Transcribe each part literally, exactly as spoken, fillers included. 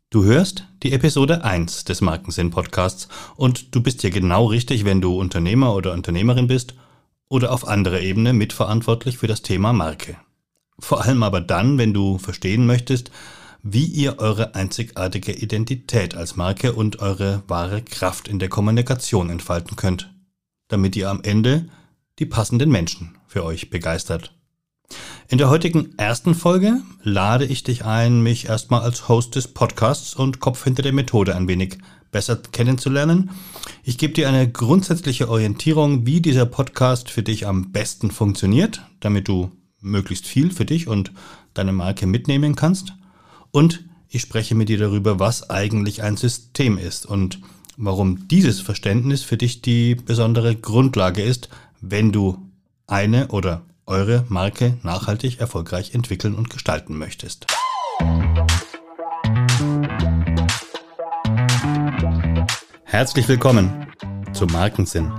Du hörst die Episode eins des Markensinn-Podcasts und du bist hier genau richtig, wenn du Unternehmer oder Unternehmerin bist oder auf anderer Ebene mitverantwortlich für das Thema Marke. Vor allem aber dann, wenn du verstehen möchtest, wie ihr eure einzigartige Identität als Marke und eure wahre Kraft in der Kommunikation entfalten könnt, damit ihr am Ende die passenden Menschen für euch begeistert. In der heutigen ersten Folge lade ich dich ein, mich erstmal als Host des Podcasts und Kopf hinter der Methode ein wenig besser kennenzulernen. Ich gebe dir eine grundsätzliche Orientierung, wie dieser Podcast für dich am besten funktioniert, damit du möglichst viel für dich und deine Marke mitnehmen kannst. Und ich spreche mit dir darüber, was eigentlich ein System ist und warum dieses Verständnis für dich die besondere Grundlage ist, wenn du eine oder eure Marke nachhaltig erfolgreich entwickeln und gestalten möchtest. Herzlich willkommen zu Markensinn,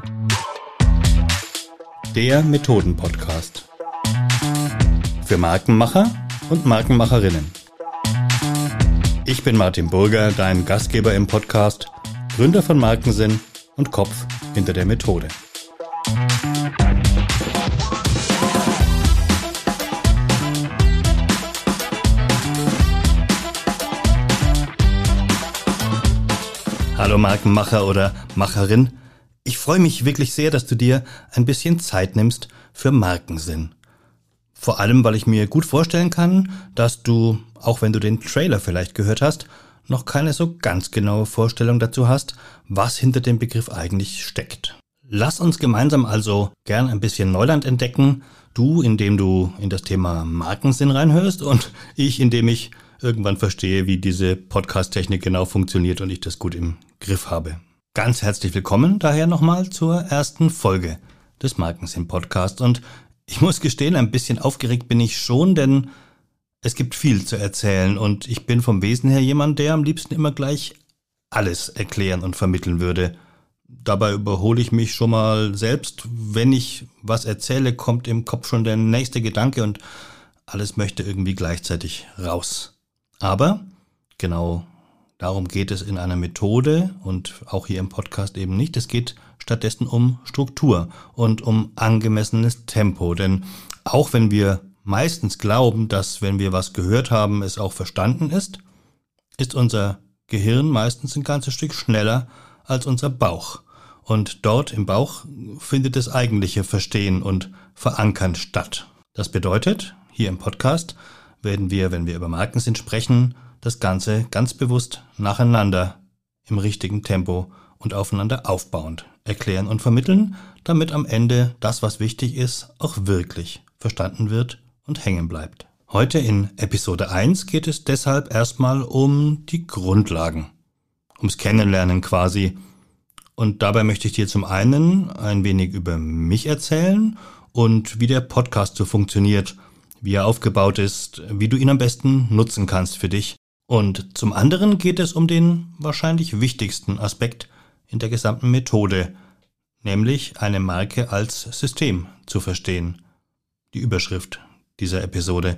der Methoden-Podcast für Markenmacher und Markenmacherinnen. Ich bin Martin Burger, dein Gastgeber im Podcast, Gründer von Markensinn und Kopf hinter der Methode. Hallo Markenmacher oder Macherin, ich freue mich wirklich sehr, dass du dir ein bisschen Zeit nimmst für Markensinn. Vor allem, weil ich mir gut vorstellen kann, dass du, auch wenn du den Trailer vielleicht gehört hast, noch keine so ganz genaue Vorstellung dazu hast, was hinter dem Begriff eigentlich steckt. Lass uns gemeinsam also gern ein bisschen Neuland entdecken, du, indem du in das Thema Markensinn reinhörst und ich, indem ich irgendwann verstehe, wie diese Podcast-Technik genau funktioniert und ich das gut im Griff habe. Ganz herzlich willkommen daher nochmal zur ersten Folge des Markensinn-Podcasts. Und ich muss gestehen, ein bisschen aufgeregt bin ich schon, denn es gibt viel zu erzählen und ich bin vom Wesen her jemand, der am liebsten immer gleich alles erklären und vermitteln würde. Dabei überhole ich mich schon mal selbst. Wenn ich was erzähle, kommt im Kopf schon der nächste Gedanke und alles möchte irgendwie gleichzeitig raus. Aber genau darum geht es in einer Methode und auch hier im Podcast eben nicht. Es geht stattdessen um Struktur und um angemessenes Tempo. Denn auch wenn wir meistens glauben, dass wenn wir was gehört haben, es auch verstanden ist, ist unser Gehirn meistens ein ganzes Stück schneller als unser Bauch. Und dort im Bauch findet das eigentliche Verstehen und Verankern statt. Das bedeutet, hier im Podcast werden wir, wenn wir über Markensinn sprechen, das Ganze ganz bewusst nacheinander im richtigen Tempo und aufeinander aufbauend erklären und vermitteln, damit am Ende das, was wichtig ist, auch wirklich verstanden wird und hängen bleibt. Heute in Episode eins geht es deshalb erstmal um die Grundlagen, ums Kennenlernen quasi. Und dabei möchte ich dir zum einen ein wenig über mich erzählen und wie der Podcast so funktioniert, wie er aufgebaut ist, wie du ihn am besten nutzen kannst für dich. Und zum anderen geht es um den wahrscheinlich wichtigsten Aspekt in der gesamten Methode, nämlich eine Marke als System zu verstehen. Die Überschrift dieser Episode.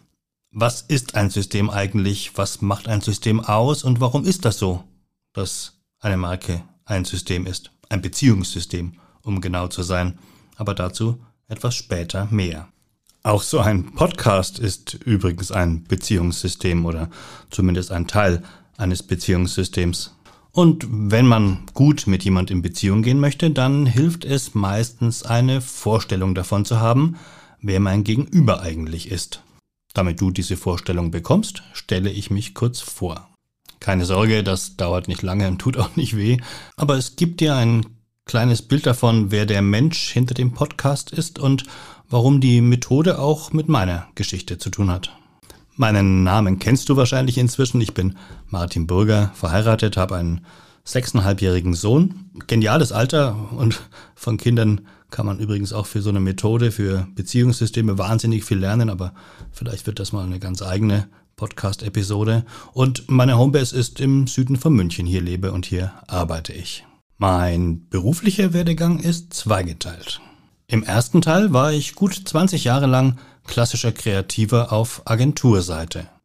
Was ist ein System eigentlich? Was macht ein System aus? Und warum ist das so, dass eine Marke ein System ist? Ein Beziehungssystem, um genau zu sein. Aber dazu etwas später mehr. Auch so ein Podcast ist übrigens ein Beziehungssystem oder zumindest ein Teil eines Beziehungssystems. Und wenn man gut mit jemand in Beziehung gehen möchte, dann hilft es meistens eine Vorstellung davon zu haben, wer mein Gegenüber eigentlich ist. Damit du diese Vorstellung bekommst, stelle ich mich kurz vor. Keine Sorge, das dauert nicht lange und tut auch nicht weh, aber es gibt dir ein kleines Bild davon, wer der Mensch hinter dem Podcast ist und warum die Methode auch mit meiner Geschichte zu tun hat. Meinen Namen kennst du wahrscheinlich inzwischen. Ich bin Martin Burger, verheiratet, habe einen sechseinhalbjährigen Sohn. Geniales Alter und von Kindern kann man übrigens auch für so eine Methode, für Beziehungssysteme wahnsinnig viel lernen, aber vielleicht wird das mal eine ganz eigene Podcast-Episode. Und meine Homebase ist im Süden von München. Hier lebe und hier arbeite ich. Mein beruflicher Werdegang ist zweigeteilt. Im ersten Teil war ich gut zwanzig Jahre lang klassischer Kreativer auf Agenturseite.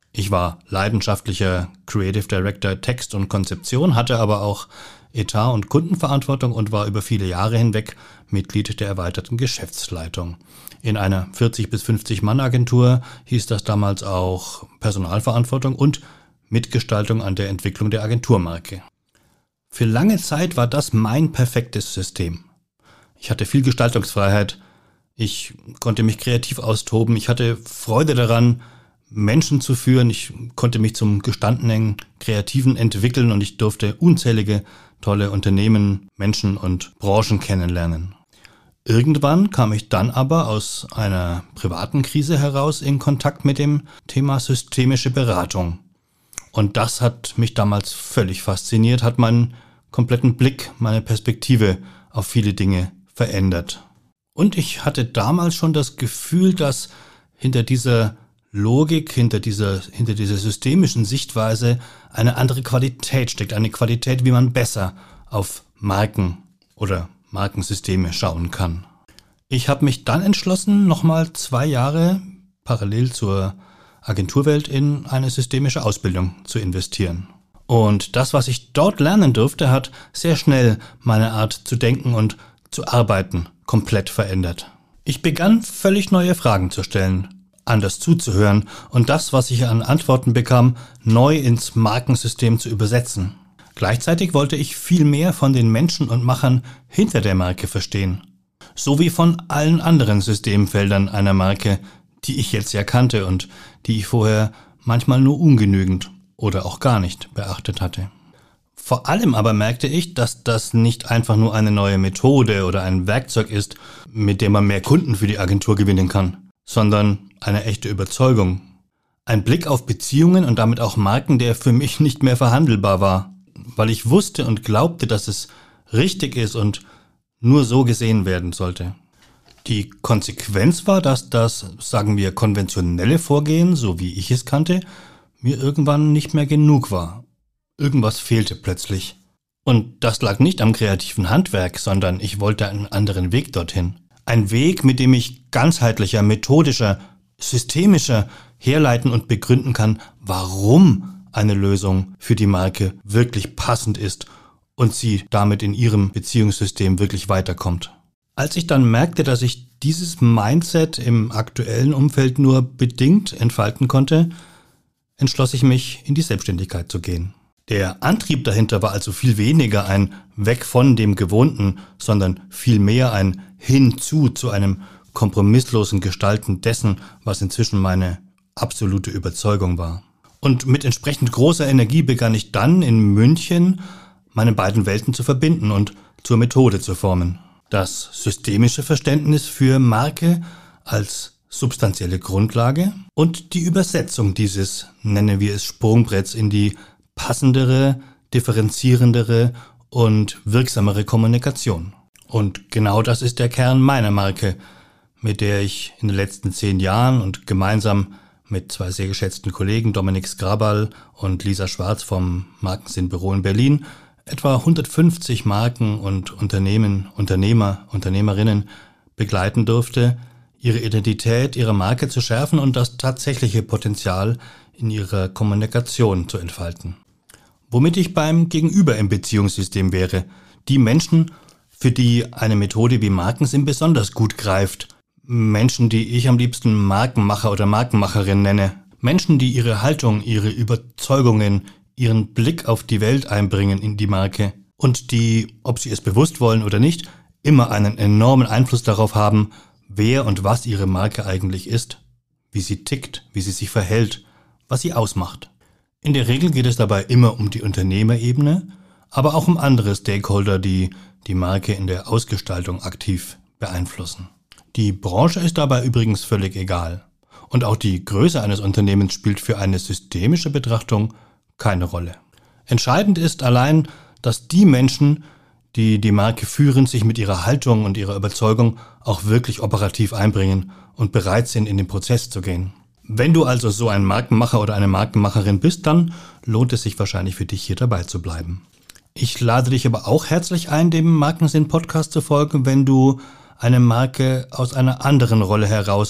Ich war leidenschaftlicher Creative Director Text und Konzeption, hatte aber auch Etat- und Kundenverantwortung und war über viele Jahre hinweg Mitglied der erweiterten Geschäftsleitung. In einer vierzig bis fünfzig Mann Agentur hieß das damals auch Personalverantwortung und Mitgestaltung an der Entwicklung der Agenturmarke. Für lange Zeit war das mein perfektes System. Ich hatte viel Gestaltungsfreiheit, ich konnte mich kreativ austoben, ich hatte Freude daran, Menschen zu führen, ich konnte mich zum gestandenen Kreativen entwickeln und ich durfte unzählige tolle Unternehmen, Menschen und Branchen kennenlernen. Irgendwann kam ich dann aber aus einer privaten Krise heraus in Kontakt mit dem Thema systemische Beratung. Und das hat mich damals völlig fasziniert, hat meinen kompletten Blick, meine Perspektive auf viele Dinge verändert. Und ich hatte damals schon das Gefühl, dass hinter dieser Logik, hinter dieser, hinter dieser systemischen Sichtweise eine andere Qualität steckt. Eine Qualität, wie man besser auf Marken oder Markensysteme schauen kann. Ich habe mich dann entschlossen, nochmal zwei Jahre parallel zur Agenturwelt in eine systemische Ausbildung zu investieren. Und das, was ich dort lernen durfte, hat sehr schnell meine Art zu denken und zu arbeiten komplett verändert. Ich begann, völlig neue Fragen zu stellen, anders zuzuhören und das, was ich an Antworten bekam, neu ins Markensystem zu übersetzen. Gleichzeitig wollte ich viel mehr von den Menschen und Machern hinter der Marke verstehen, sowie von allen anderen Systemfeldern einer Marke, die ich jetzt ja kannte und die ich vorher manchmal nur ungenügend oder auch gar nicht beachtet hatte. Vor allem aber merkte ich, dass das nicht einfach nur eine neue Methode oder ein Werkzeug ist, mit dem man mehr Kunden für die Agentur gewinnen kann, sondern eine echte Überzeugung. Ein Blick auf Beziehungen und damit auch Marken, der für mich nicht mehr verhandelbar war, weil ich wusste und glaubte, dass es richtig ist und nur so gesehen werden sollte. Die Konsequenz war, dass das, sagen wir, konventionelle Vorgehen, so wie ich es kannte, mir irgendwann nicht mehr genug war. Irgendwas fehlte plötzlich. Und das lag nicht am kreativen Handwerk, sondern ich wollte einen anderen Weg dorthin. Ein Weg, mit dem ich ganzheitlicher, methodischer, systemischer herleiten und begründen kann, warum eine Lösung für die Marke wirklich passend ist und sie damit in ihrem Beziehungssystem wirklich weiterkommt. Als ich dann merkte, dass ich dieses Mindset im aktuellen Umfeld nur bedingt entfalten konnte, entschloss ich mich, in die Selbstständigkeit zu gehen. Der Antrieb dahinter war also viel weniger ein Weg von dem Gewohnten, sondern vielmehr ein Hinzu zu einem kompromisslosen Gestalten dessen, was inzwischen meine absolute Überzeugung war. Und mit entsprechend großer Energie begann ich dann in München, meine beiden Welten zu verbinden und zur Methode zu formen. Das systemische Verständnis für Marke als substanzielle Grundlage und die Übersetzung dieses, nennen wir es Sprungbretts, in die passendere, differenzierendere und wirksamere Kommunikation. Und genau das ist der Kern meiner Marke, mit der ich in den letzten zehn Jahren und gemeinsam mit zwei sehr geschätzten Kollegen, Dominik Skrabal und Lisa Schwarz vom Markensinn-Büro in Berlin, etwa hundertfünfzig Marken und Unternehmen, Unternehmer, Unternehmerinnen begleiten durfte, ihre Identität, ihre Marke zu schärfen und das tatsächliche Potenzial in ihrer Kommunikation zu entfalten. Womit ich beim Gegenüber im Beziehungssystem wäre, die Menschen, für die eine Methode wie Markensinn besonders gut greift, Menschen, die ich am liebsten Markenmacher oder Markenmacherin nenne, Menschen, die ihre Haltung, ihre Überzeugungen, ihren Blick auf die Welt einbringen in die Marke und die, ob sie es bewusst wollen oder nicht, immer einen enormen Einfluss darauf haben, wer und was ihre Marke eigentlich ist, wie sie tickt, wie sie sich verhält, was sie ausmacht. In der Regel geht es dabei immer um die Unternehmerebene, aber auch um andere Stakeholder, die die Marke in der Ausgestaltung aktiv beeinflussen. Die Branche ist dabei übrigens völlig egal. Und auch die Größe eines Unternehmens spielt für eine systemische Betrachtung keine Rolle. Entscheidend ist allein, dass die Menschen, die die Marke führen, sich mit ihrer Haltung und ihrer Überzeugung auch wirklich operativ einbringen und bereit sind, in den Prozess zu gehen. Wenn du also so ein Markenmacher oder eine Markenmacherin bist, dann lohnt es sich wahrscheinlich für dich, hier dabei zu bleiben. Ich lade dich aber auch herzlich ein, dem Markensinn-Podcast zu folgen, wenn du eine Marke aus einer anderen Rolle heraus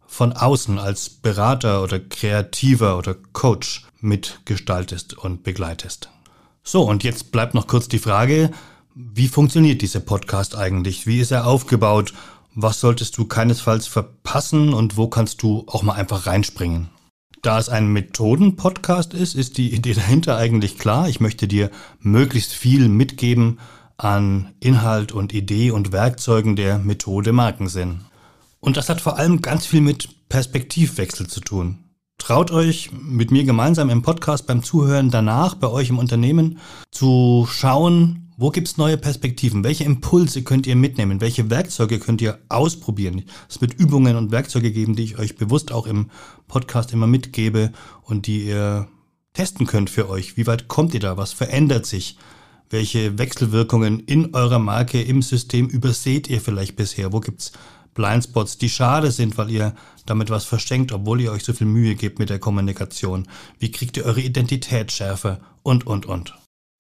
von außen als Berater oder Kreativer oder Coach mitgestaltest und begleitest. So, und jetzt bleibt noch kurz die Frage, wie funktioniert dieser Podcast eigentlich? Wie ist er aufgebaut? Was solltest du keinesfalls verpassen und wo kannst du auch mal einfach reinspringen? Da es ein Methoden-Podcast ist, ist die Idee dahinter eigentlich klar. Ich möchte dir möglichst viel mitgeben an Inhalt und Idee und Werkzeugen der Methode Markensinn. Und das hat vor allem ganz viel mit Perspektivwechsel zu tun. Traut euch mit mir gemeinsam im Podcast beim Zuhören danach bei euch im Unternehmen zu schauen, wo gibt's neue Perspektiven, welche Impulse könnt ihr mitnehmen, welche Werkzeuge könnt ihr ausprobieren. Es wird Übungen und Werkzeuge geben, die ich euch bewusst auch im Podcast immer mitgebe und die ihr testen könnt für euch. Wie weit kommt ihr da? Was verändert sich? Welche Wechselwirkungen in eurer Marke, im System überseht ihr vielleicht bisher? Wo gibt's Blindspots, die schade sind, weil ihr damit was verschenkt, obwohl ihr euch so viel Mühe gebt mit der Kommunikation? Wie kriegt ihr eure Identität schärfer? Und, und, und.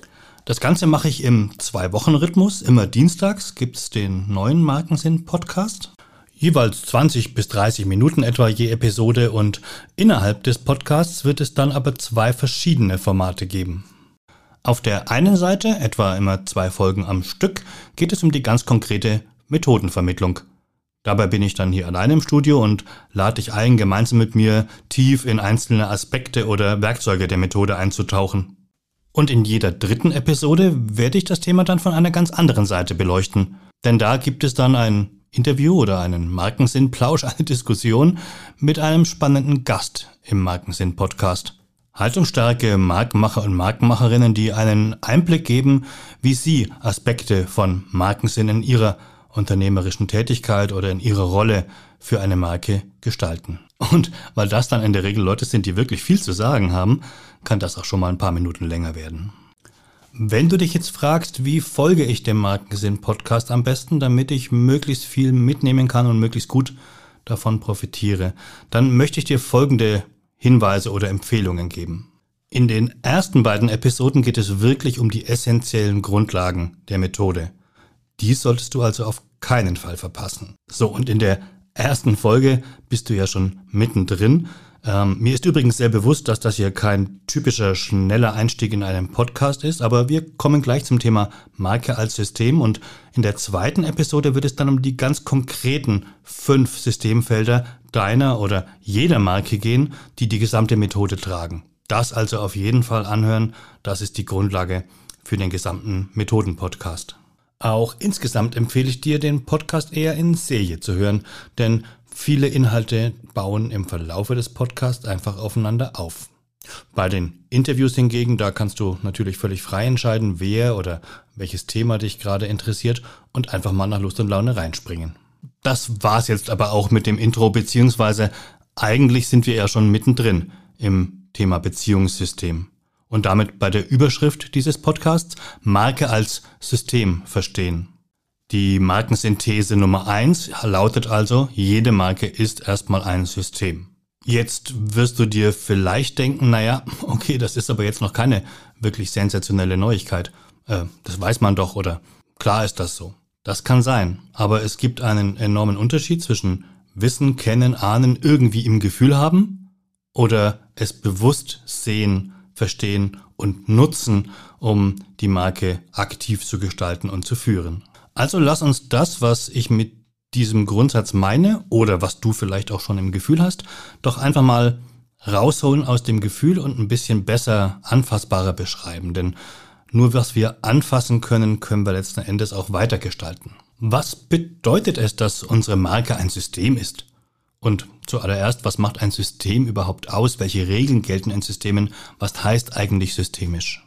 Das Ganze mache ich im Zwei-Wochen-Rhythmus. Immer dienstags gibt's den neuen Markensinn-Podcast. Jeweils zwanzig bis dreißig Minuten etwa je Episode und innerhalb des Podcasts wird es dann aber zwei verschiedene Formate geben. Auf der einen Seite, etwa immer zwei Folgen am Stück, geht es um die ganz konkrete Methodenvermittlung. Dabei bin ich dann hier alleine im Studio und lade dich ein, gemeinsam mit mir tief in einzelne Aspekte oder Werkzeuge der Methode einzutauchen. Und in jeder dritten Episode werde ich das Thema dann von einer ganz anderen Seite beleuchten. Denn da gibt es dann ein Interview oder einen Markensinn-Plausch, eine Diskussion mit einem spannenden Gast im Markensinn-Podcast. Haltungsstarke Markenmacher und Markenmacherinnen, die einen Einblick geben, wie sie Aspekte von Markensinn in ihrer unternehmerischen Tätigkeit oder in ihrer Rolle für eine Marke gestalten. Und weil das dann in der Regel Leute sind, die wirklich viel zu sagen haben, kann das auch schon mal ein paar Minuten länger werden. Wenn du dich jetzt fragst, wie folge ich dem Markensinn-Podcast am besten, damit ich möglichst viel mitnehmen kann und möglichst gut davon profitiere, dann möchte ich dir folgende Hinweise oder Empfehlungen geben. In den ersten beiden Episoden geht es wirklich um die essentiellen Grundlagen der Methode. Dies solltest du also auf keinen Fall verpassen. So, und in der ersten Folge bist du ja schon mittendrin. Ähm, mir ist übrigens sehr bewusst, dass das hier kein typischer schneller Einstieg in einen Podcast ist, aber wir kommen gleich zum Thema Marke als System und in der zweiten Episode wird es dann um die ganz konkreten fünf Systemfelder deiner oder jeder Marke gehen, die die gesamte Methode tragen. Das also auf jeden Fall anhören, das ist die Grundlage für den gesamten Methoden-Podcast. Auch insgesamt empfehle ich dir, den Podcast eher in Serie zu hören, denn viele Inhalte bauen im Verlaufe des Podcasts einfach aufeinander auf. Bei den Interviews hingegen, da kannst du natürlich völlig frei entscheiden, wer oder welches Thema dich gerade interessiert und einfach mal nach Lust und Laune reinspringen. Das war's jetzt aber auch mit dem Intro, beziehungsweise eigentlich sind wir ja schon mittendrin im Thema Beziehungssystem. Und damit bei der Überschrift dieses Podcasts Marke als System verstehen. Die Markensynthese Nummer eins lautet also, jede Marke ist erstmal ein System. Jetzt wirst du dir vielleicht denken, naja, okay, das ist aber jetzt noch keine wirklich sensationelle Neuigkeit. Äh, das weiß man doch oder klar ist das so. Das kann sein, aber es gibt einen enormen Unterschied zwischen Wissen, Kennen, Ahnen, irgendwie im Gefühl haben oder es bewusst sehen, verstehen und nutzen, um die Marke aktiv zu gestalten und zu führen. Also lass uns das, was ich mit diesem Grundsatz meine oder was du vielleicht auch schon im Gefühl hast, doch einfach mal rausholen aus dem Gefühl und ein bisschen besser anfassbarer beschreiben. Denn nur was wir anfassen können, können wir letzten Endes auch weitergestalten. Was bedeutet es, dass unsere Marke ein System ist? Und zuallererst, was macht ein System überhaupt aus? Welche Regeln gelten in Systemen? Was heißt eigentlich systemisch?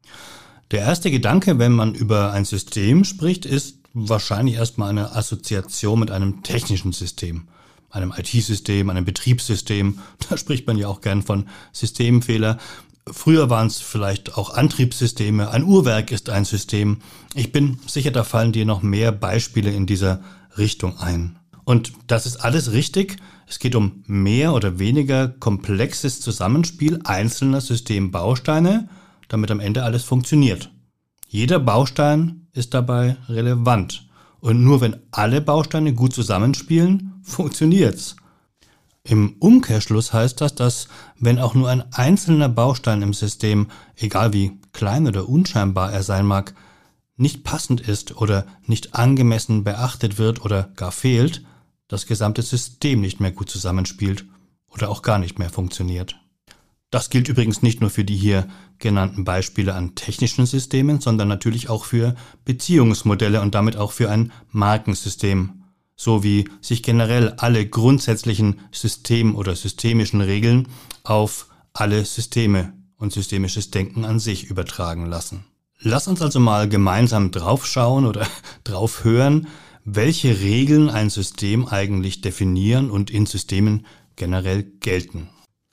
Der erste Gedanke, wenn man über ein System spricht, ist wahrscheinlich erstmal eine Assoziation mit einem technischen System, einem I T-System, einem Betriebssystem. Da spricht man ja auch gern von Systemfehler. Früher waren es vielleicht auch Antriebssysteme. Ein Uhrwerk ist ein System. Ich bin sicher, da fallen dir noch mehr Beispiele in dieser Richtung ein. Und das ist alles richtig. Es geht um mehr oder weniger komplexes Zusammenspiel einzelner Systembausteine, damit am Ende alles funktioniert. Jeder Baustein ist dabei relevant. Und nur wenn alle Bausteine gut zusammenspielen, funktioniert's. Im Umkehrschluss heißt das, dass wenn auch nur ein einzelner Baustein im System, egal wie klein oder unscheinbar er sein mag, nicht passend ist oder nicht angemessen beachtet wird oder gar fehlt, das gesamte System nicht mehr gut zusammenspielt oder auch gar nicht mehr funktioniert. Das gilt übrigens nicht nur für die hier genannten Beispiele an technischen Systemen, sondern natürlich auch für Beziehungsmodelle und damit auch für ein Markensystem, so wie sich generell alle grundsätzlichen System- oder systemischen Regeln auf alle Systeme und systemisches Denken an sich übertragen lassen. Lass uns also mal gemeinsam draufschauen oder drauf hören, welche Regeln ein System eigentlich definieren und in Systemen generell gelten.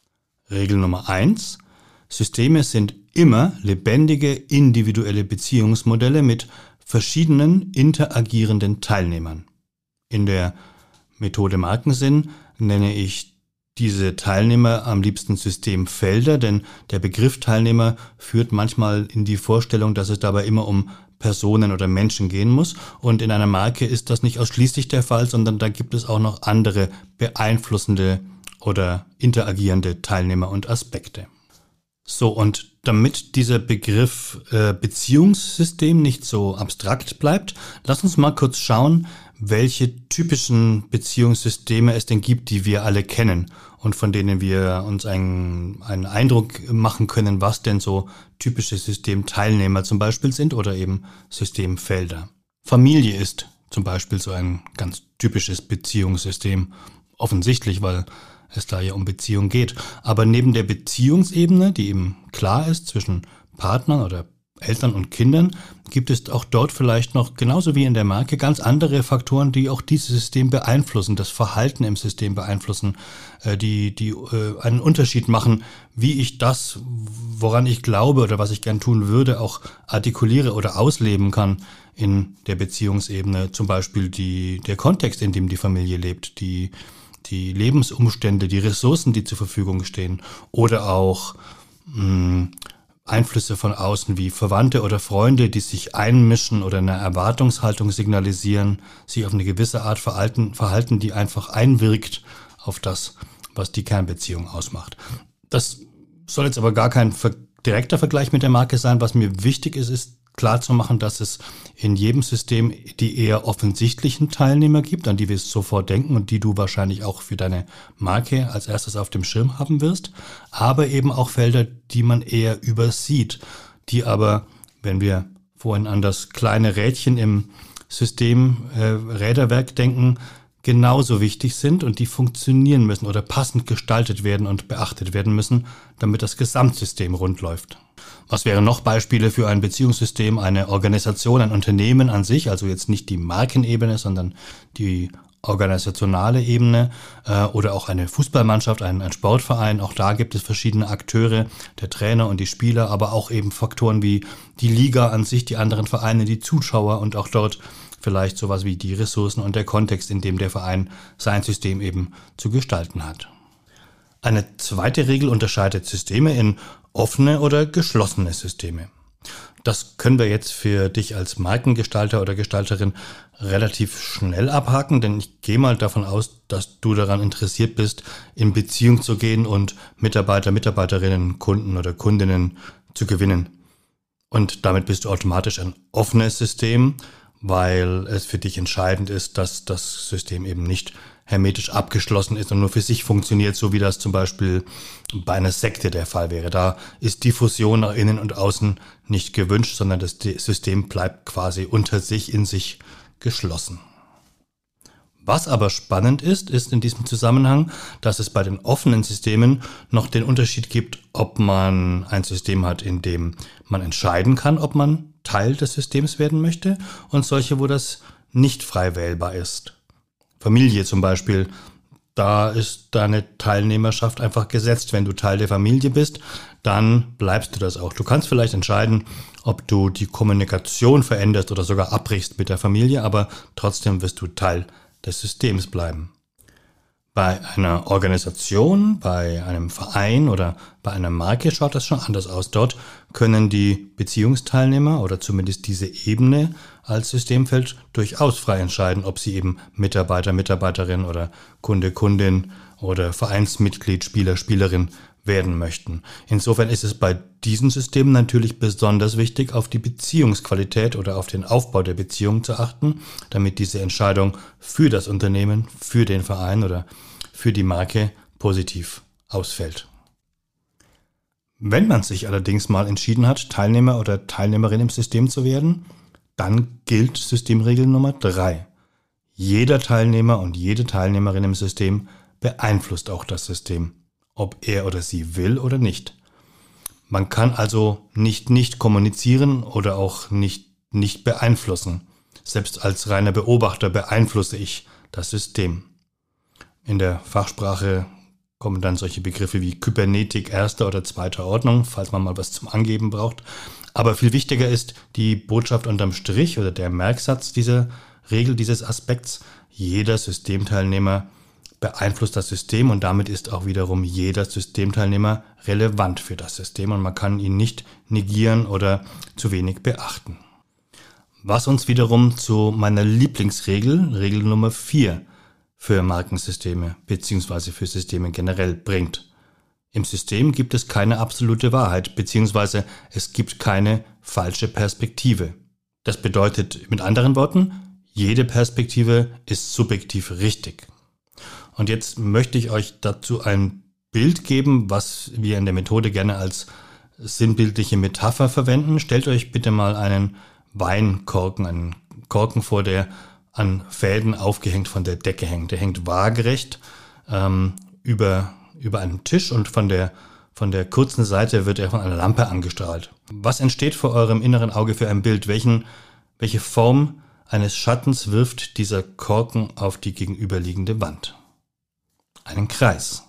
Regel Nummer eins. Systeme sind immer lebendige, individuelle Beziehungsmodelle mit verschiedenen interagierenden Teilnehmern. In der Methode Markensinn nenne ich diese Teilnehmer am liebsten Systemfelder, denn der Begriff Teilnehmer führt manchmal in die Vorstellung, dass es dabei immer um Personen oder Menschen gehen muss. Und in einer Marke ist das nicht ausschließlich der Fall, sondern da gibt es auch noch andere beeinflussende oder interagierende Teilnehmer und Aspekte. So, und damit dieser Begriff äh, Beziehungssystem nicht so abstrakt bleibt, lass uns mal kurz schauen, welche typischen Beziehungssysteme es denn gibt, die wir alle kennen und von denen wir uns einen, einen Eindruck machen können, was denn so typische Systemteilnehmer zum Beispiel sind oder eben Systemfelder. Familie ist zum Beispiel so ein ganz typisches Beziehungssystem, offensichtlich, weil es da ja um Beziehung geht. Aber neben der Beziehungsebene, die eben klar ist zwischen Partnern oder Eltern und Kindern, gibt es auch dort vielleicht noch, genauso wie in der Marke, ganz andere Faktoren, die auch dieses System beeinflussen, das Verhalten im System beeinflussen, die, die einen Unterschied machen, wie ich das, woran ich glaube oder was ich gern tun würde, auch artikuliere oder ausleben kann in der Beziehungsebene. Zum Beispiel die, der Kontext, in dem die Familie lebt, die die Lebensumstände, die Ressourcen, die zur Verfügung stehen oder auch mh, Einflüsse von außen wie Verwandte oder Freunde, die sich einmischen oder eine Erwartungshaltung signalisieren, sich auf eine gewisse Art verhalten, verhalten, die einfach einwirkt auf das, was die Kernbeziehung ausmacht. Das soll jetzt aber gar kein ver- direkter Vergleich mit der Marke sein. Was mir wichtig ist, ist klar zu machen, dass es in jedem System die eher offensichtlichen Teilnehmer gibt, an die wir sofort denken und die du wahrscheinlich auch für deine Marke als erstes auf dem Schirm haben wirst, aber eben auch Felder, die man eher übersieht, die aber, wenn wir vorhin an das kleine Rädchen im System äh, Räderwerk denken, genauso wichtig sind und die funktionieren müssen oder passend gestaltet werden und beachtet werden müssen, damit das Gesamtsystem rund läuft. Was wären noch Beispiele für ein Beziehungssystem, eine Organisation, ein Unternehmen an sich, also jetzt nicht die Markenebene, sondern die organisationale Ebene äh, oder auch eine Fußballmannschaft, ein, ein Sportverein. Auch da gibt es verschiedene Akteure, der Trainer und die Spieler, aber auch eben Faktoren wie die Liga an sich, die anderen Vereine, die Zuschauer und auch dort vielleicht sowas wie die Ressourcen und der Kontext, in dem der Verein sein System eben zu gestalten hat. Eine zweite Regel unterscheidet Systeme in offene oder geschlossene Systeme. Das können wir jetzt für dich als Markengestalter oder Gestalterin relativ schnell abhaken, denn ich gehe mal davon aus, dass du daran interessiert bist, in Beziehung zu gehen und Mitarbeiter, Mitarbeiterinnen, Kunden oder Kundinnen zu gewinnen. Und damit bist du automatisch ein offenes System, weil es für dich entscheidend ist, dass das System eben nicht hermetisch abgeschlossen ist und nur für sich funktioniert, so wie das zum Beispiel bei einer Sekte der Fall wäre. Da ist die Fusion nach innen und außen nicht gewünscht, sondern das System bleibt quasi unter sich, in sich geschlossen. Was aber spannend ist, ist in diesem Zusammenhang, dass es bei den offenen Systemen noch den Unterschied gibt, ob man ein System hat, in dem man entscheiden kann, ob man Teil des Systems werden möchte, und solche, wo das nicht frei wählbar ist. Familie zum Beispiel, da ist deine Teilnehmerschaft einfach gesetzt. Wenn du Teil der Familie bist, dann bleibst du das auch. Du kannst vielleicht entscheiden, ob du die Kommunikation veränderst oder sogar abbrichst mit der Familie, aber trotzdem wirst du Teil des Systems bleiben. Bei einer Organisation, bei einem Verein oder bei einer Marke schaut das schon anders aus. Dort können die Beziehungsteilnehmer oder zumindest diese Ebene als Systemfeld durchaus frei entscheiden, ob sie eben Mitarbeiter, Mitarbeiterin oder Kunde, Kundin oder Vereinsmitglied, Spieler, Spielerin werden möchten. Insofern ist es bei diesen Systemen natürlich besonders wichtig, auf die Beziehungsqualität oder auf den Aufbau der Beziehung zu achten, damit diese Entscheidung für das Unternehmen, für den Verein oder für die Marke positiv ausfällt. Wenn man sich allerdings mal entschieden hat, Teilnehmer oder Teilnehmerin im System zu werden, dann gilt Systemregel Nummer drei. Jeder Teilnehmer und jede Teilnehmerin im System beeinflusst auch das System, ob er oder sie will oder nicht. Man kann also nicht nicht kommunizieren oder auch nicht nicht beeinflussen. Selbst als reiner Beobachter beeinflusse ich das System. In der Fachsprache kommen dann solche Begriffe wie Kybernetik erster oder zweiter Ordnung, falls man mal was zum Angeben braucht. Aber viel wichtiger ist die Botschaft unterm Strich oder der Merksatz dieser Regel, dieses Aspekts. Jeder Systemteilnehmer beeinflusst das System und damit ist auch wiederum jeder Systemteilnehmer relevant für das System und man kann ihn nicht negieren oder zu wenig beachten. Was uns wiederum zu meiner Lieblingsregel, Regel Nummer vier für Markensysteme bzw. für Systeme generell bringt. Im System gibt es keine absolute Wahrheit bzw. es gibt keine falsche Perspektive. Das bedeutet mit anderen Worten, jede Perspektive ist subjektiv richtig. Und jetzt möchte ich euch dazu ein Bild geben, was wir in der Methode gerne als sinnbildliche Metapher verwenden. Stellt euch bitte mal einen Weinkorken, einen Korken vor, der an Fäden aufgehängt von der Decke hängt. Der hängt waagerecht ähm, über, über einem Tisch und von der, von der kurzen Seite wird er von einer Lampe angestrahlt. Was entsteht vor eurem inneren Auge für ein Bild? Welchen, welche Form eines Schattens wirft dieser Korken auf die gegenüberliegende Wand? Einen Kreis.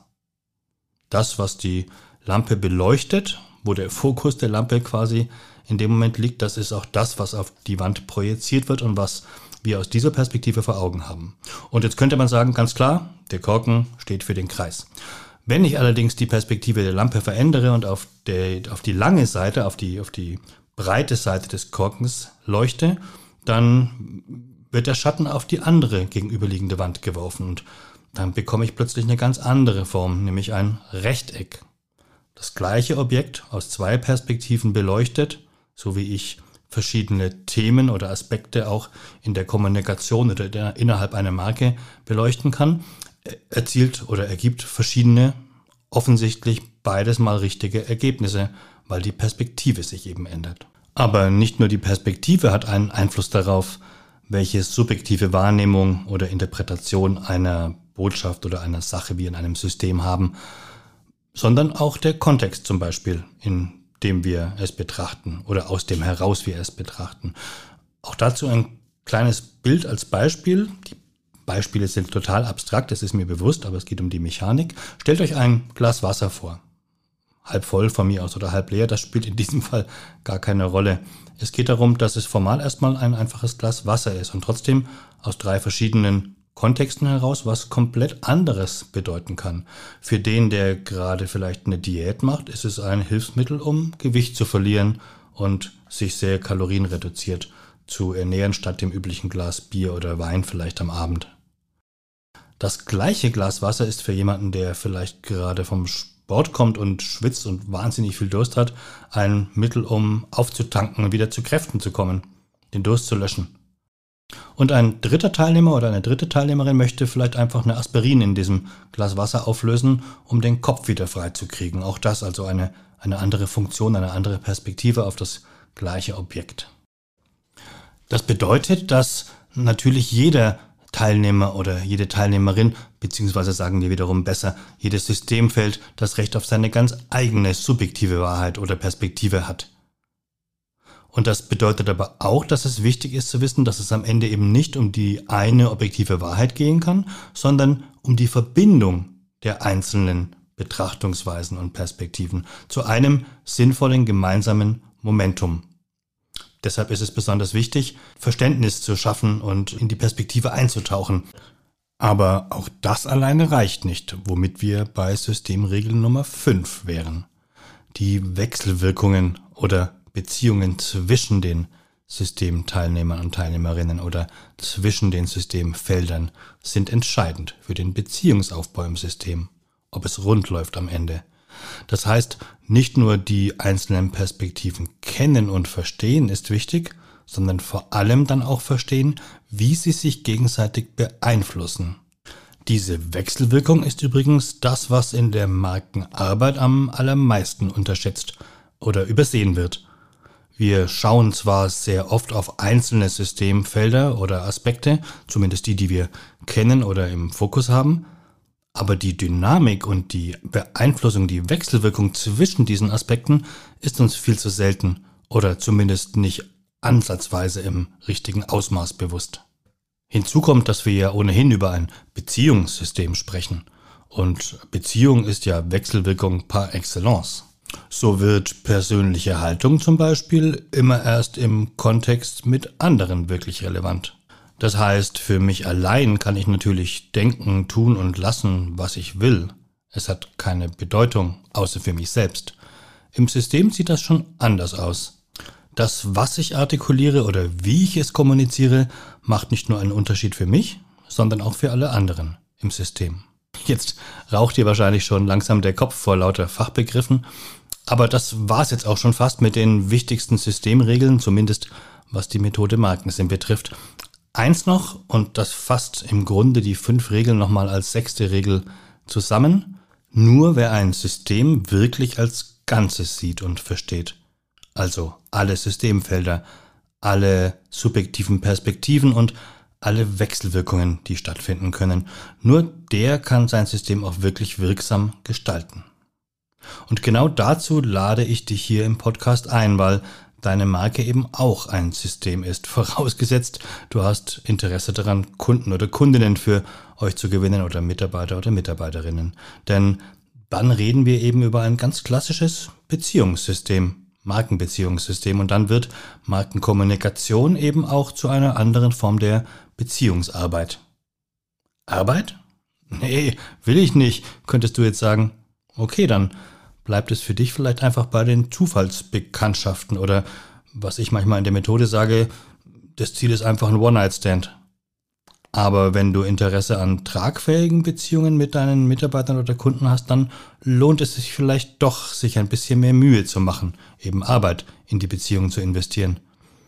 Das, was die Lampe beleuchtet, wo der Fokus der Lampe quasi in dem Moment liegt, das ist auch das, was auf die Wand projiziert wird und was wir aus dieser Perspektive vor Augen haben. Und jetzt könnte man sagen, ganz klar, der Korken steht für den Kreis. Wenn ich allerdings die Perspektive der Lampe verändere und auf, der, auf die lange Seite, auf die, auf die breite Seite des Korkens leuchte, dann wird der Schatten auf die andere gegenüberliegende Wand geworfen und dann bekomme ich plötzlich eine ganz andere Form, nämlich ein Rechteck. Das gleiche Objekt aus zwei Perspektiven beleuchtet, so wie ich verschiedene Themen oder Aspekte auch in der Kommunikation oder der, innerhalb einer Marke beleuchten kann, erzielt oder ergibt verschiedene, offensichtlich beides mal richtige Ergebnisse, weil die Perspektive sich eben ändert. Aber nicht nur die Perspektive hat einen Einfluss darauf, welche subjektive Wahrnehmung oder Interpretation einer Botschaft oder einer Sache wie in einem System haben, sondern auch der Kontext zum Beispiel, in dem wir es betrachten oder aus dem heraus wir es betrachten. Auch dazu ein kleines Bild als Beispiel. Die Beispiele sind total abstrakt, das ist mir bewusst, aber es geht um die Mechanik. Stellt euch ein Glas Wasser vor. Halb voll von mir aus oder halb leer, das spielt in diesem Fall gar keine Rolle. Es geht darum, dass es formal erstmal ein einfaches Glas Wasser ist und trotzdem aus drei verschiedenen Kontexten heraus was komplett anderes bedeuten kann. Für den, der gerade vielleicht eine Diät macht, ist es ein Hilfsmittel, um Gewicht zu verlieren und sich sehr kalorienreduziert zu ernähren, statt dem üblichen Glas Bier oder Wein vielleicht am Abend. Das gleiche Glas Wasser ist für jemanden, der vielleicht gerade vom Sport kommt und schwitzt und wahnsinnig viel Durst hat, ein Mittel, um aufzutanken und wieder zu Kräften zu kommen, den Durst zu löschen. Und ein dritter Teilnehmer oder eine dritte Teilnehmerin möchte vielleicht einfach eine Aspirin in diesem Glas Wasser auflösen, um den Kopf wieder frei zu kriegen. Auch das also eine, eine andere Funktion, eine andere Perspektive auf das gleiche Objekt. Das bedeutet, dass natürlich jeder Teilnehmer oder jede Teilnehmerin, beziehungsweise sagen wir wiederum besser, jedes Systemfeld das Recht auf seine ganz eigene subjektive Wahrheit oder Perspektive hat. Und das bedeutet aber auch, dass es wichtig ist zu wissen, dass es am Ende eben nicht um die eine objektive Wahrheit gehen kann, sondern um die Verbindung der einzelnen Betrachtungsweisen und Perspektiven zu einem sinnvollen gemeinsamen Momentum. Deshalb ist es besonders wichtig, Verständnis zu schaffen und in die Perspektive einzutauchen. Aber auch das alleine reicht nicht, womit wir bei Systemregel Nummer fünf wären. Die Wechselwirkungen oder Beziehungen zwischen den Systemteilnehmern und Teilnehmerinnen oder zwischen den Systemfeldern sind entscheidend für den Beziehungsaufbau im System, ob es rund läuft am Ende. Das heißt, nicht nur die einzelnen Perspektiven kennen und verstehen ist wichtig, sondern vor allem dann auch verstehen, wie sie sich gegenseitig beeinflussen. Diese Wechselwirkung ist übrigens das, was in der Markenarbeit am allermeisten unterschätzt oder übersehen wird. Wir schauen zwar sehr oft auf einzelne Systemfelder oder Aspekte, zumindest die, die wir kennen oder im Fokus haben, aber die Dynamik und die Beeinflussung, die Wechselwirkung zwischen diesen Aspekten ist uns viel zu selten oder zumindest nicht ansatzweise im richtigen Ausmaß bewusst. Hinzu kommt, dass wir ja ohnehin über ein Beziehungssystem sprechen. Und Beziehung ist ja Wechselwirkung par excellence. So wird persönliche Haltung zum Beispiel immer erst im Kontext mit anderen wirklich relevant. Das heißt, für mich allein kann ich natürlich denken, tun und lassen, was ich will. Es hat keine Bedeutung, außer für mich selbst. Im System sieht das schon anders aus. Das, was ich artikuliere oder wie ich es kommuniziere, macht nicht nur einen Unterschied für mich, sondern auch für alle anderen im System. Jetzt raucht dir wahrscheinlich schon langsam der Kopf vor lauter Fachbegriffen, aber das war's jetzt auch schon fast mit den wichtigsten Systemregeln, zumindest was die Methode Markensinn betrifft. Eins noch, und das fasst im Grunde die fünf Regeln nochmal als sechste Regel zusammen: Nur wer ein System wirklich als Ganzes sieht und versteht, also alle Systemfelder, alle subjektiven Perspektiven und alle Wechselwirkungen, die stattfinden können, nur der kann sein System auch wirklich wirksam gestalten. Und genau dazu lade ich dich hier im Podcast ein, weil deine Marke eben auch ein System ist, vorausgesetzt, du hast Interesse daran, Kunden oder Kundinnen für euch zu gewinnen oder Mitarbeiter oder Mitarbeiterinnen. Denn dann reden wir eben über ein ganz klassisches Beziehungssystem, Markenbeziehungssystem, und dann wird Markenkommunikation eben auch zu einer anderen Form der Beziehungsarbeit. Arbeit? Nee, will ich nicht, könntest du jetzt sagen. Okay, dann bleibt es für dich vielleicht einfach bei den Zufallsbekanntschaften oder, was ich manchmal in der Methode sage, das Ziel ist einfach ein One-Night-Stand. Aber wenn du Interesse an tragfähigen Beziehungen mit deinen Mitarbeitern oder Kunden hast, dann lohnt es sich vielleicht doch, sich ein bisschen mehr Mühe zu machen, eben Arbeit in die Beziehung zu investieren.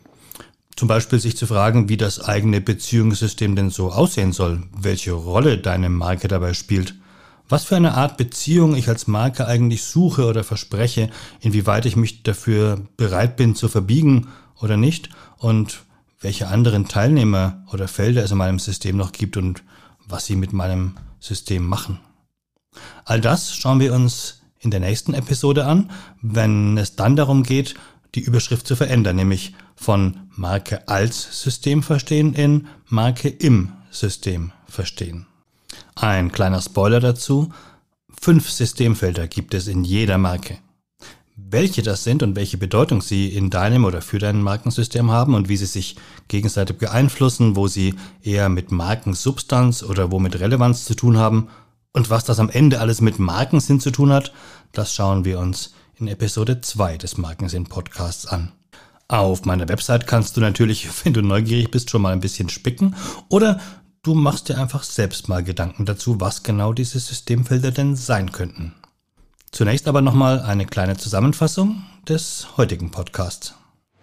Zum Beispiel sich zu fragen, wie das eigene Beziehungssystem denn so aussehen soll, welche Rolle deine Marke dabei spielt, was für eine Art Beziehung ich als Marke eigentlich suche oder verspreche, inwieweit ich mich dafür bereit bin zu verbiegen oder nicht und welche anderen Teilnehmer oder Felder es in meinem System noch gibt und was sie mit meinem System machen. All das schauen wir uns in der nächsten Episode an, wenn es dann darum geht, die Überschrift zu verändern, nämlich von Marke als System verstehen in Marke im System verstehen. Ein kleiner Spoiler dazu: Fünf Systemfelder gibt es in jeder Marke. Welche das sind und welche Bedeutung sie in deinem oder für dein Markensystem haben und wie sie sich gegenseitig beeinflussen, wo sie eher mit Markensubstanz oder wo mit Relevanz zu tun haben und was das am Ende alles mit Markensinn zu tun hat, das schauen wir uns in Episode zwei des Markensinn-Podcasts an. Auf meiner Website kannst du natürlich, wenn du neugierig bist, schon mal ein bisschen spicken oder du machst dir einfach selbst mal Gedanken dazu, was genau diese Systemfelder denn sein könnten. Zunächst aber nochmal eine kleine Zusammenfassung des heutigen Podcasts.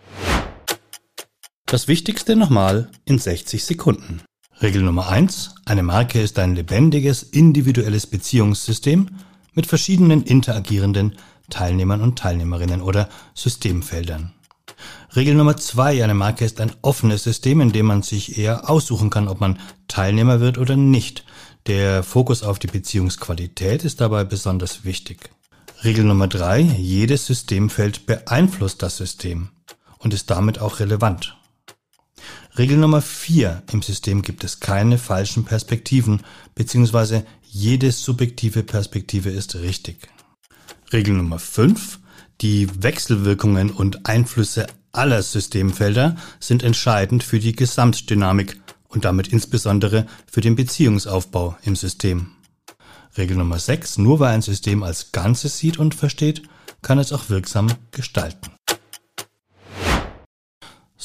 Das Wichtigste nochmal in sechzig Sekunden. Regel Nummer eins. Eine Marke ist ein lebendiges, individuelles Beziehungssystem mit verschiedenen interagierenden Teilnehmern und Teilnehmerinnen oder Systemfeldern. Regel Nummer zwei. Eine Marke ist ein offenes System, in dem man sich eher aussuchen kann, ob man Teilnehmer wird oder nicht. Der Fokus auf die Beziehungsqualität ist dabei besonders wichtig. Regel Nummer drei. Jedes Systemfeld beeinflusst das System und ist damit auch relevant. Regel Nummer vier. Im System gibt es keine falschen Perspektiven, beziehungsweise jede subjektive Perspektive ist richtig. Regel Nummer fünf. Die Wechselwirkungen und Einflüsse aller Systemfelder sind entscheidend für die Gesamtdynamik und damit insbesondere für den Beziehungsaufbau im System. Regel Nummer sechs. Nur wer ein System als Ganzes sieht und versteht, kann es auch wirksam gestalten.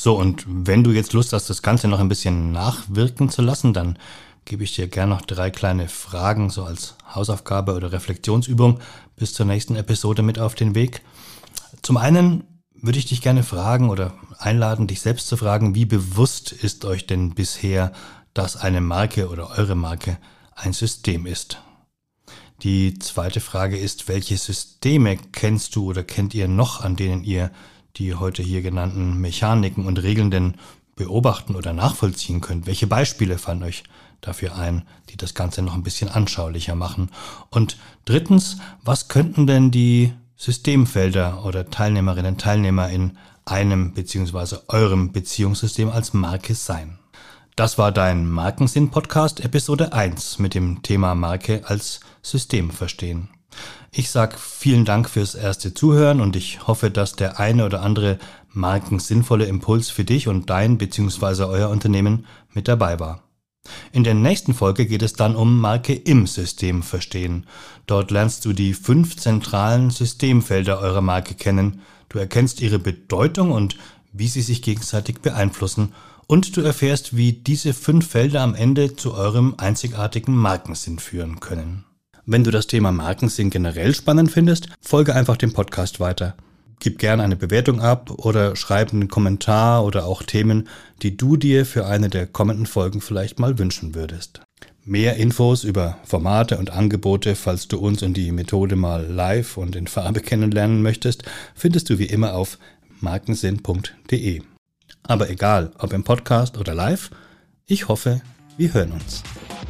So, und wenn du jetzt Lust hast, das Ganze noch ein bisschen nachwirken zu lassen, dann gebe ich dir gerne noch drei kleine Fragen so als Hausaufgabe oder Reflexionsübung bis zur nächsten Episode mit auf den Weg. Zum einen würde ich dich gerne fragen oder einladen, dich selbst zu fragen, wie bewusst ist euch denn bisher, dass eine Marke oder eure Marke ein System ist? Die zweite Frage ist, welche Systeme kennst du oder kennt ihr noch, an denen ihr die heute hier genannten Mechaniken und Regeln denn beobachten oder nachvollziehen könnt? Welche Beispiele fallen euch dafür ein, die das Ganze noch ein bisschen anschaulicher machen? Und drittens, was könnten denn die Systemfelder oder Teilnehmerinnen und Teilnehmer in einem bzw. eurem Beziehungssystem als Marke sein? Das war dein Markensinn-Podcast Episode eins mit dem Thema Marke als System verstehen. Ich sag vielen Dank fürs erste Zuhören und ich hoffe, dass der eine oder andere markensinnvolle Impuls für dich und dein bzw. euer Unternehmen mit dabei war. In der nächsten Folge geht es dann um Marke im System verstehen. Dort lernst du die fünf zentralen Systemfelder eurer Marke kennen. Du erkennst ihre Bedeutung und wie sie sich gegenseitig beeinflussen. Und du erfährst, wie diese fünf Felder am Ende zu eurem einzigartigen Markensinn führen können. Wenn du das Thema Markensinn generell spannend findest, folge einfach dem Podcast weiter. Gib gerne eine Bewertung ab oder schreib einen Kommentar oder auch Themen, die du dir für eine der kommenden Folgen vielleicht mal wünschen würdest. Mehr Infos über Formate und Angebote, falls du uns und die Methode mal live und in Farbe kennenlernen möchtest, findest du wie immer auf markensinn punkt de. Aber egal, ob im Podcast oder live, ich hoffe, wir hören uns.